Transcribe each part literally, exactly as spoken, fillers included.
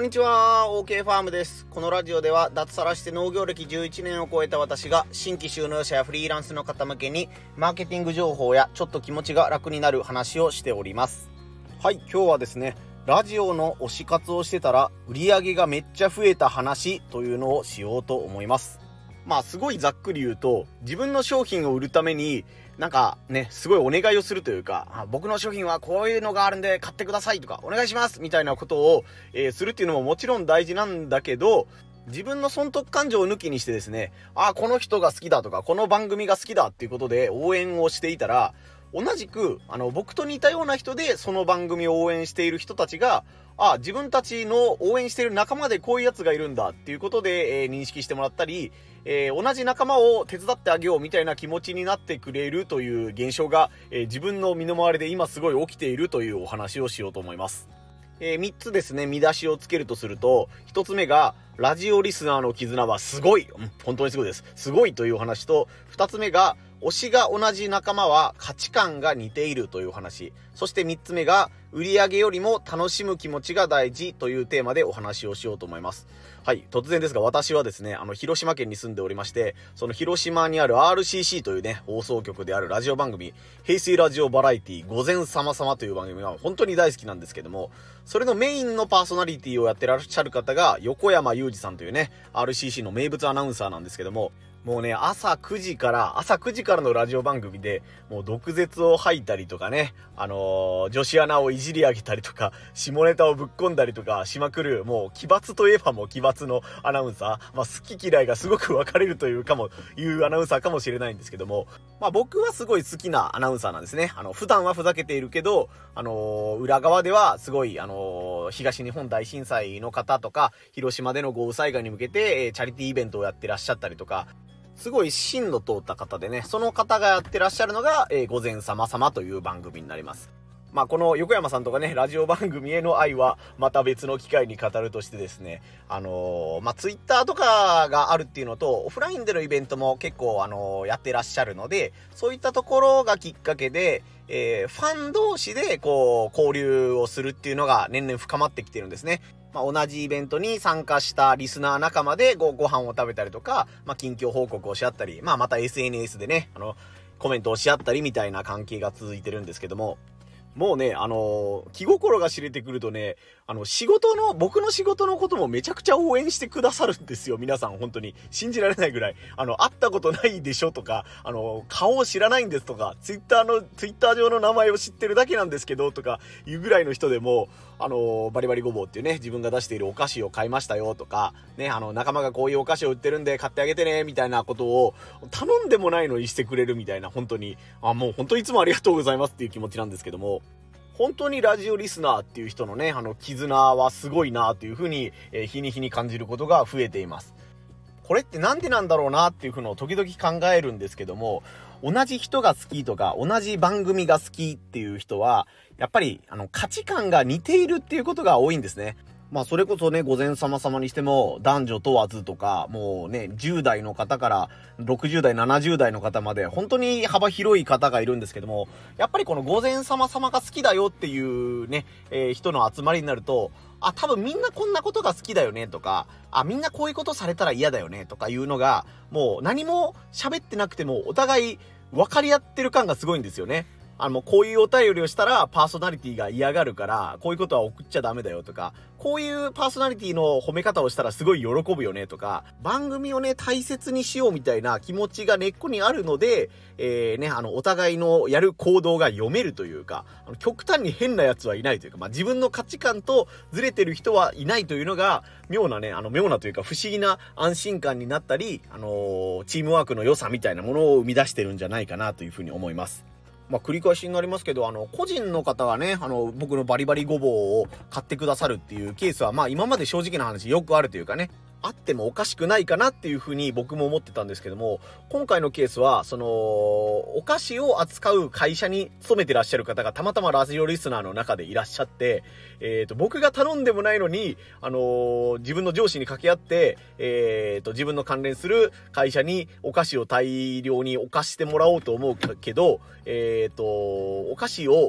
んにちは、オーケー ファームです。このラジオでは脱サラして農業歴じゅういちねんを超えた私が新規就農者やフリーランスの方向けにマーケティング情報やちょっと気持ちが楽になる話をしております。はい、今日はですね、ラジオの推し活をしてたら売り上げがめっちゃ増えた話というのをしようと思います。まあすごいざっくり言うと、自分の商品を売るためになんかね、すごいお願いをするというか、僕の商品はこういうのがあるんで買ってくださいとかお願いしますみたいなことを、えー、するっていうのももちろん大事なんだけど、自分の損得感情を抜きにしてですね、ああこの人が好きだとかこの番組が好きだっていうことで応援をしていたら、同じくあの僕と似たような人でその番組を応援している人たちが、あ自分たちの応援している仲間でこういうやつがいるんだっていうことで、えー、認識してもらったり、えー、同じ仲間を手伝ってあげようみたいな気持ちになってくれるという現象が、えー、自分の身の回りで今すごい起きているというお話をしようと思います。えー、みっつですね、見出しをつけるとすると、ひとつめがラジオリスナーの絆はすごい、うん、本当にすごいですすごいという話と、ふたつめが推しが同じ仲間は価値観が似ているという話、そしてみっつめが売り上げよりも楽しむ気持ちが大事というテーマでお話をしようと思います。はい、突然ですが私はですね、あの広島県に住んでおりまして、その広島にある アールシーシー というね放送局であるラジオ番組、平成ラジオバラエティ午前様様という番組が本当に大好きなんですけども、それのメインのパーソナリティをやってらっしゃる方が横山裕二さんというね アールシーシー の名物アナウンサーなんですけども、もうね朝くじから朝くじからのラジオ番組でもう毒舌を吐いたりとかね、あのー、女子アナをいじり上げたりとか下ネタをぶっ込んだりとかしまくる、もう奇抜といえばもう奇抜のアナウンサー、まあ好き嫌いがすごく分かれるというかもいうアナウンサーかもしれないんですけども、まあ僕はすごい好きなアナウンサーなんですね。あの普段はふざけているけど、あのー、裏側ではすごいあのー、東日本大震災の方とか広島での豪雨災害に向けて、えー、チャリティーイベントをやってらっしゃったりとか、すごい芯の通った方でね、その方がやってらっしゃるのが、えー、午前様様という番組になります。まあこの横山さんとかね、ラジオ番組への愛はまた別の機会に語るとしてですね、あのー、まあツイッターとかがあるっていうのと、オフラインでのイベントも結構あのー、やってらっしゃるので、そういったところがきっかけで、えー、ファン同士でこう交流をするっていうのが年々深まってきてるんですね。まあ、同じイベントに参加したリスナー仲間で ご, ご飯を食べたりとか、まあ、近況報告をし合ったり、まあ、また エスエヌエス でね、あの、コメントをし合ったりみたいな関係が続いてるんですけども、もうね、あのー、気心が知れてくるとね、あの、仕事の、僕の仕事のこともめちゃくちゃ応援してくださるんですよ。皆さん本当に。信じられないぐらい。あの、会ったことないでしょとか、あの、顔を知らないんですとか、ツイッターの、ツイッター上の名前を知ってるだけなんですけど、とか、いうぐらいの人でも、あの、バリバリごぼうっていうね、自分が出しているお菓子を買いましたよとか、ね、あの、仲間がこういうお菓子を売ってるんで買ってあげてね、みたいなことを、頼んでもないのにしてくれるみたいな、本当に、あ、もう本当にいつもありがとうございますっていう気持ちなんですけども、本当にラジオリスナーっていう人のね、あの、絆はすごいなっていう風に、えー、日に日に感じることが増えています。これってなんでなんだろうなっていう風のを時々考えるんですけども、同じ人が好きとか、同じ番組が好きっていう人は、やっぱり、あの、価値観が似ているっていうことが多いんですね。まあそれこそね、午前様様にしても男女問わずとか、もうねじゅう代の方からろくじゅう代ななじゅう代の方まで本当に幅広い方がいるんですけども、やっぱりこの午前様様が好きだよっていうね、えー、人の集まりになると、あ多分みんなこんなことが好きだよねとか、あみんなこういうことされたら嫌だよねとかいうのが、もう何も喋ってなくてもお互い分かり合ってる感がすごいんですよね。あの、こういうお便りをしたらパーソナリティが嫌がるから、こういうことは送っちゃダメだよとか、こういうパーソナリティの褒め方をしたらすごい喜ぶよねとか、番組をね、大切にしようみたいな気持ちが根っこにあるので、えー、ね、あの、お互いのやる行動が読めるというか、あの極端に変なやつはいないというか、まあ、自分の価値観とずれてる人はいないというのが、妙なね、あの、妙なというか不思議な安心感になったり、あのー、チームワークの良さみたいなものを生み出してるんじゃないかなというふうに思います。まあ、繰り返しになりますけど、あの、個人の方がね、あの、僕のバリバリごぼうを買ってくださるっていうケースは、まあ、今まで正直な話よくあるというかね、あってもおかしくないかなっていうふうに僕も思ってたんですけども、今回のケースは、その、お菓子を扱う会社に勤めてらっしゃる方がたまたまラジオリスナーの中でいらっしゃって、えっと、僕が頼んでもないのに、あのー、自分の上司に掛け合って、えっと、自分の関連する会社にお菓子を大量に置かしてもらおうと思うけど、えっと、お菓子を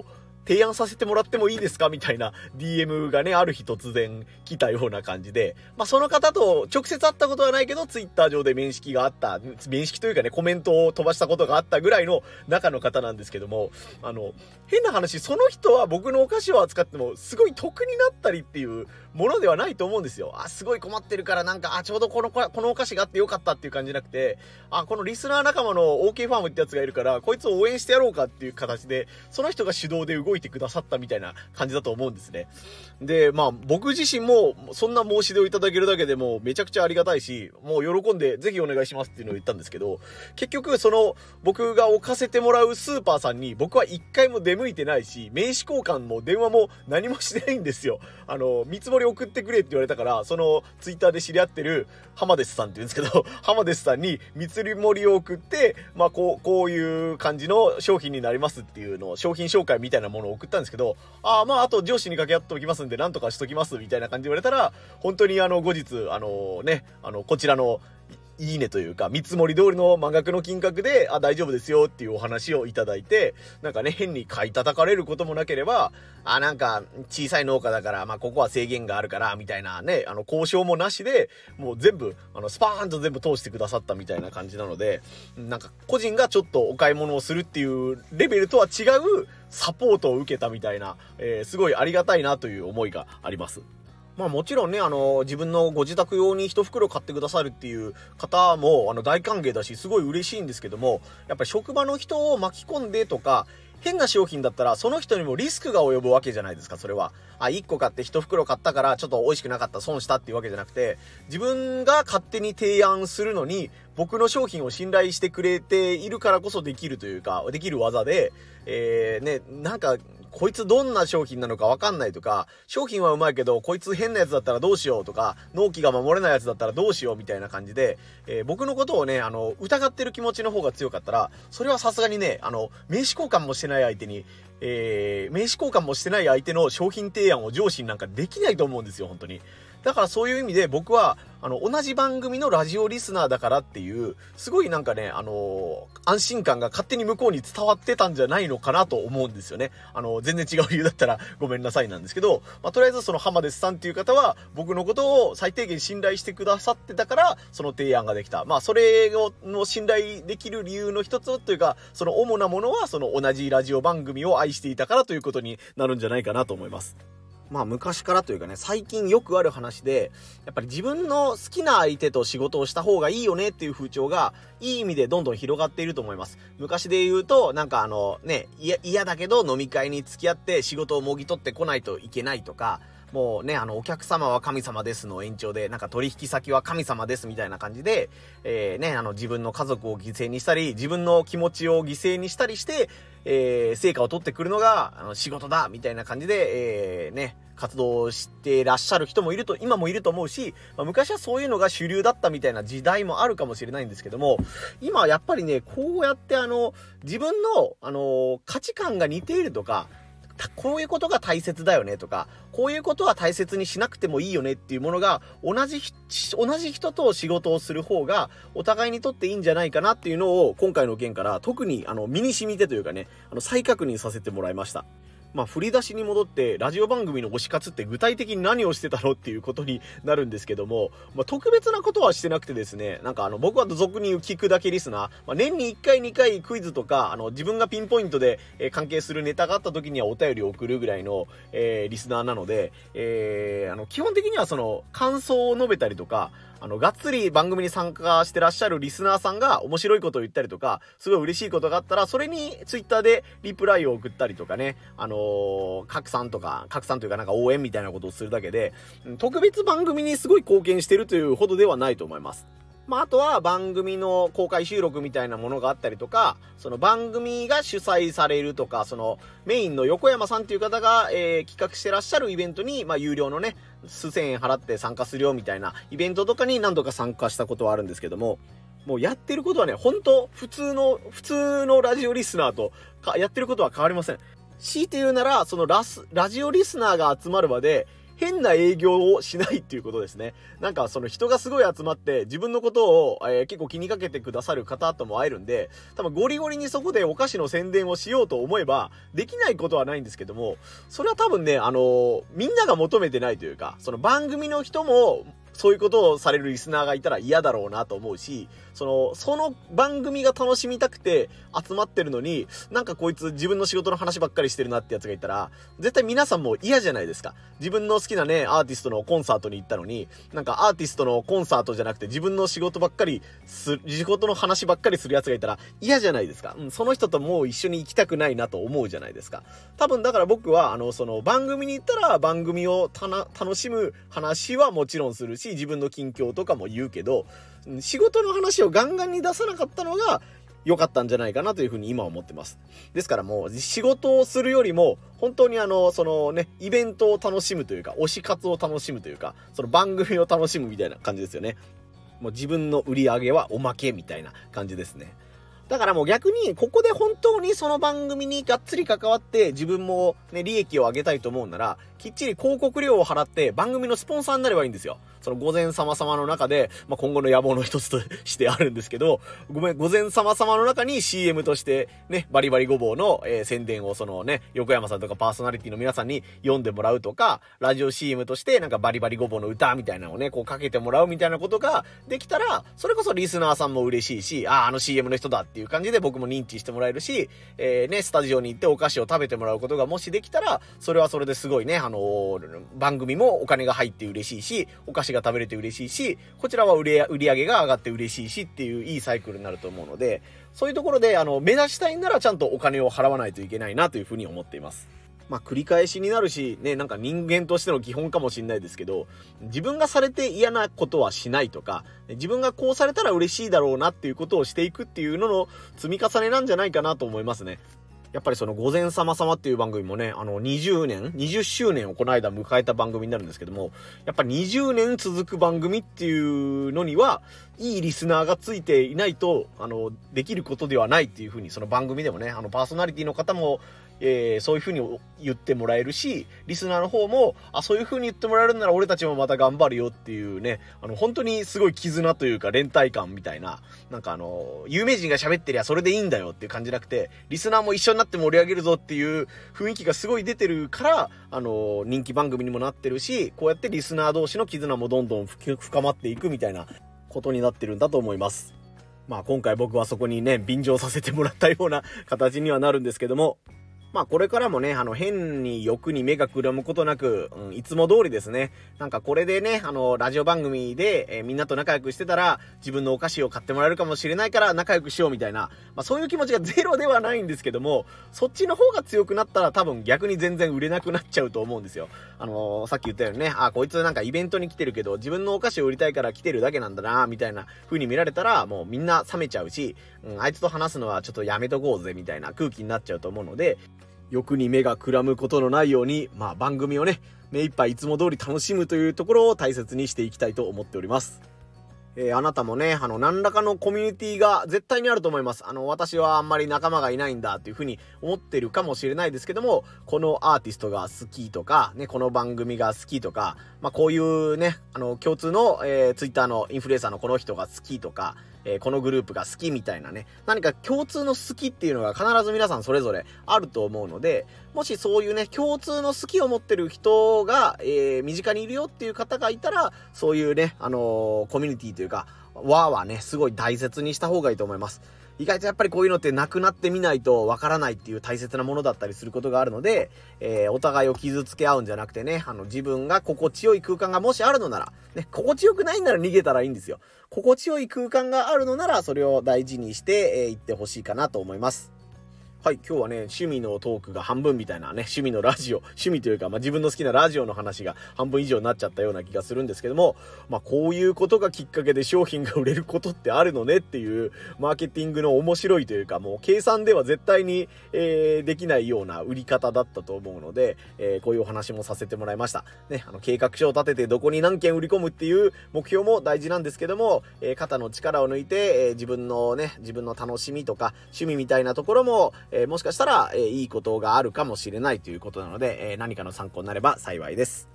提案させてもらってもいいですかみたいな ディーエム がね、ある日突然来たような感じで、まあその方と直接会ったことはないけど、ツイッター上で面識があった、面識というかね、コメントを飛ばしたことがあったぐらいの中の方なんですけども、あの、変な話、その人は僕のお菓子を扱っても、すごい得になったりっていうものではないと思うんですよ。あ、すごい困ってるからなんか、あ、ちょうどこの、このお菓子があってよかったっていう感じじゃなくて、あ、このリスナー仲間の オーケー ファームってやつがいるから、こいつを応援してやろうかっていう形で、その人が主導で動いてくださったみたいな感じだと思うんですね。で、まあ、僕自身も、そんな申し出をいただけるだけでも、めちゃくちゃありがたいし、もう喜んで、ぜひお願いしますっていうのを言ったんですけど、結局、その、僕が置かせてもらうスーパーさんに、僕は一回も出向いてないし、名刺交換も電話も何もしてないんですよ。あの、見積もり送ってくれって言われたから、その、ツイッターで知り合ってる、浜デスさんって言うんですけど、浜デスさんに見積もりを送って、まあ、こう、こういう感じの商品になりますっていうのを、商品紹介みたいなものを送ったんですけど、ああ、まあ、あと上司に掛け合っておきますんで、なんとかしときますみたいな感じで言われたら、本当にあの、後日、あのね、あの、こちらの、いいねというか、見積もり通りの満額の金額で、あ、大丈夫ですよっていうお話をいただいて、なんかね、変に買い叩かれることもなければ、あ、なんか、小さい農家だから、まあ、ここは制限があるから、みたいなね、あの、交渉もなしで、もう全部、あの、スパーンと全部通してくださったみたいな感じなので、なんか、個人がちょっとお買い物をするっていうレベルとは違うサポートを受けたみたいな、えー、すごいありがたいなという思いがあります。まあもちろんね、あの、自分のご自宅用に一袋買ってくださるっていう方も、あの、大歓迎だし、すごい嬉しいんですけども、やっぱり職場の人を巻き込んでとか、変な商品だったら、その人にもリスクが及ぶわけじゃないですか、それは。あ、いっこ買って一袋買ったから、ちょっと美味しくなかった、損したっていうわけじゃなくて、自分が勝手に提案するのに、僕の商品を信頼してくれているからこそできるというか、できる技で、えー、ね、なんか、こいつどんな商品なのかわかんないとか、商品はうまいけど、こいつ変なやつだったらどうしようとか、納期が守れないやつだったらどうしようみたいな感じで、えー、僕のことをね、あの、疑ってる気持ちの方が強かったら、それはさすがにね、あの、名刺交換もしてない相手に、えー、名刺交換もしてない相手の商品提案を上司になんかできないと思うんですよ、本当に。だからそういう意味で僕は、あの、同じ番組のラジオリスナーだからっていう、すごいなんかね、あのー、安心感が勝手に向こうに伝わってたんじゃないのかなと思うんですよね。あのー、全然違う理由だったらごめんなさいなんですけど、まあ、とりあえずその浜デスさんっていう方は、僕のことを最低限信頼してくださってたから、その提案ができた。まあ、それを、の信頼できる理由の一つというか、その主なものは、その同じラジオ番組を愛していたからということになるんじゃないかなと思います。まあ昔からというかね、最近よくある話で、やっぱり自分の好きな相手と仕事をした方がいいよねっていう風潮が、いい意味でどんどん広がっていると思います。昔で言うと、なんかあのね、嫌だけど飲み会に付き合って仕事をもぎ取ってこないといけないとか、もうね、あの、お客様は神様ですの延長で、なんか取引先は神様ですみたいな感じで、えー、ね、あの、自分の家族を犠牲にしたり、自分の気持ちを犠牲にしたりして、えー、成果を取ってくるのが、あの、仕事だみたいな感じで、えー、ね、活動してらっしゃる人もいると、今もいると思うし、まあ、昔はそういうのが主流だったみたいな時代もあるかもしれないんですけども、今はやっぱりね、こうやってあの、自分の、あの、価値観が似ているとか、こういうことが大切だよねとか、こういうことは大切にしなくてもいいよねっていうものが、同じ、同じ人と仕事をする方が、お互いにとっていいんじゃないかなっていうのを、今回の件から特にあの、身に染みてというかね、あの、再確認させてもらいました。まあ、振り出しに戻って、ラジオ番組の推し活って具体的に何をしてたのっていうことになるんですけども、まあ、特別なことはしてなくてですね、なんかあの、僕は俗に言う聞くだけリスナー、まあ、年にいっかいにかいクイズとか、あの、自分がピンポイントで、えー、関係するネタがあった時にはお便りを送るぐらいの、えー、リスナーなので、えー、あの、基本的にはその、感想を述べたりとか、あの、がっつり番組に参加してらっしゃるリスナーさんが面白いことを言ったりとか、すごい嬉しいことがあったら、それにツイッターでリプライを送ったりとかね、あのー、拡散とか、拡散というかなんか応援みたいなことをするだけで、特別番組にすごい貢献してるというほどではないと思います。まあ、あとは番組の公開収録みたいなものがあったりとか、その番組が主催されるとか、そのメインの横山さんっていう方が、えー、企画してらっしゃるイベントに、まあ、有料のね、数千円払って参加するよみたいなイベントとかに何度か参加したことはあるんですけども、もうやってることはね、本当普通の、普通のラジオリスナーとかやってることは変わりません。強いて言うなら、そのラス、ラジオリスナーが集まる場で、 変な営業をしないっていうことですね。なんかその人がすごい集まって自分のことを、えー、結構気にかけてくださる方とも会えるんで、多分ゴリゴリにそこでお菓子の宣伝をしようと思えばできないことはないんですけども、それは多分ね、あのー、みんなが求めてないというか、その番組の人もそういうことをされるリスナーがいたら嫌だろうなと思うし、その、その番組が楽しみたくて集まってるのに、なんかこいつ自分の仕事の話ばっかりしてるなってやつがいたら、絶対皆さんも嫌じゃないですか。自分の好きなね、アーティストのコンサートに行ったのに、なんかアーティストのコンサートじゃなくて自分の仕事ばっかりす、仕事の話ばっかりするやつがいたら嫌じゃないですか。うん、その人ともう一緒に行きたくないなと思うじゃないですか。多分だから僕は、あの、その番組に行ったら番組をたな、楽しむ話はもちろんするし、自分の近況とかも言うけど、仕事の話をガンガンに出さなかったのが良かったんじゃないかなというふうに今は思ってます。ですからもう仕事をするよりも本当にあのそのねイベントを楽しむというか推し活を楽しむというかその番組を楽しむみたいな感じですよね。もう自分の売り上げはおまけみたいな感じですね。だからもう逆にここで本当にその番組にがっつり関わって自分もね利益を上げたいと思うならきっちり広告料を払って番組のスポンサーになればいいんですよ。その午前様様の中で、まあ、今後の野望の一つとしてあるんですけど、ごめん、午前様様の中に シーエム としてね、バリバリごぼうの、えー、宣伝をそのね、横山さんとかパーソナリティの皆さんに読んでもらうとか、ラジオ シーエム としてなんかバリバリごぼうの歌みたいなのをね、こうかけてもらうみたいなことができたら、それこそリスナーさんも嬉しいし、ああ、あの シーエム の人だっていう感じで僕も認知してもらえるし、えー、ね、スタジオに行ってお菓子を食べてもらうことがもしできたら、それはそれですごいね、あのー、番組もお金が入って嬉しいし、お菓子が食べれて嬉しいし、こちらは売れ、売り上げが上がって嬉しいしっていういいサイクルになると思うので、そういうところであの目指したいんならちゃんとお金を払わないといけないなというふうに思っています。まあ繰り返しになるしね、なんか人間としての基本かもしれないですけど、自分がされて嫌なことはしないとか、自分がこうされたら嬉しいだろうなっていうことをしていくっていうのの積み重ねなんじゃないかなと思いますね。やっぱりその午前様様っていう番組もね、あのにじゅうねん、にじゅっしゅうねんをこの間迎えた番組になるんですけども、やっぱにじゅうねん続く番組っていうのには、いいリスナーがついていないと、あの、できることではないっていうふうに、その番組でもね、あの、パーソナリティの方も、えー、そういう風に言ってもらえるし、リスナーの方も、あ、そういう風に言ってもらえるなら俺たちもまた頑張るよっていうね、あの、本当にすごい絆というか連帯感みたいな、なんかあの、有名人が喋ってりゃそれでいいんだよっていう感じじゃなくて、リスナーも一緒になって盛り上げるぞっていう雰囲気がすごい出てるから、あの、人気番組にもなってるし、こうやってリスナー同士の絆もどんどん深まっていくみたいなことになってるんだと思います。まあ今回僕はそこにね、便乗させてもらったような形にはなるんですけども、まあこれからもね、あの変に欲に目がくらむことなく、うん、いつも通りですね、なんかこれでね、あのラジオ番組で、えー、みんなと仲良くしてたら自分のお菓子を買ってもらえるかもしれないから仲良くしようみたいな、まあそういう気持ちがゼロではないんですけども、そっちの方が強くなったら多分逆に全然売れなくなっちゃうと思うんですよ。あのー、さっき言ったようにね、あ、こいつなんかイベントに来てるけど自分のお菓子を売りたいから来てるだけなんだなみたいな風に見られたらもうみんな冷めちゃうし、うん、あいつと話すのはちょっとやめとこうぜみたいな空気になっちゃうと思うので、欲に目がくらむことのないように、まあ番組をね、目いっぱいいつも通り楽しむというところを大切にしていきたいと思っております。えー、あなたもね、あの、何らかのコミュニティが絶対にあると思います。あの、私はあんまり仲間がいないんだっていうふうに思ってるかもしれないですけども、このアーティストが好きとか、ね、この番組が好きとか、まあこういうね、あの、共通の、えー、ツイッターのインフルエンサーのこの人が好きとか、えー、このグループが好きみたいなね、何か共通の好きっていうのが必ず皆さんそれぞれあると思うので、もしそういうね、共通の好きを持ってる人が、えー、身近にいるよっていう方がいたら、そういうね、あのー、コミュニティというか、輪はね、すごい大切にした方がいいと思います。意外とやっぱりこういうのってなくなってみないとわからないっていう大切なものだったりすることがあるので、えー、お互いを傷つけ合うんじゃなくてね、あの自分が心地よい空間がもしあるのなら、ね、心地よくないなら逃げたらいいんですよ。心地よい空間があるのならそれを大事にしてい、えー、ってほしいかなと思います。はい、今日はね、趣味のトークが半分みたいなね、趣味のラジオ、趣味というか、まあ、自分の好きなラジオの話が半分以上になっちゃったような気がするんですけども、まあ、こういうことがきっかけで商品が売れることってあるのねっていう、マーケティングの面白いというか、もう計算では絶対に、えー、できないような売り方だったと思うので、えー、こういうお話もさせてもらいました。ね、あの、計画書を立ててどこに何件売り込むっていう目標も大事なんですけども、えー、肩の力を抜いて、えー、自分のね、自分の楽しみとか趣味みたいなところも、えー、もしかしたら、えー、いいことがあるかもしれないということなので、えー、何かの参考になれば幸いです。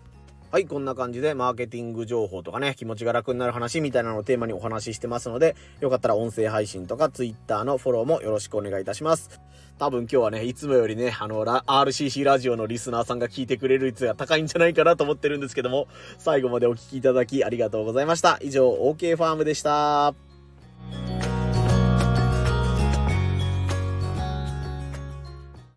はい、こんな感じでマーケティング情報とかね、気持ちが楽になる話みたいなのをテーマにお話ししてますので、よかったら音声配信とか Twitter のフォローもよろしくお願いいたします。多分今日はね、いつもよりね、あの、アールシーシー ラジオのリスナーさんが聞いてくれる率が高いんじゃないかなと思ってるんですけども、最後までお聞きいただきありがとうございました。以上、OK ファームでした。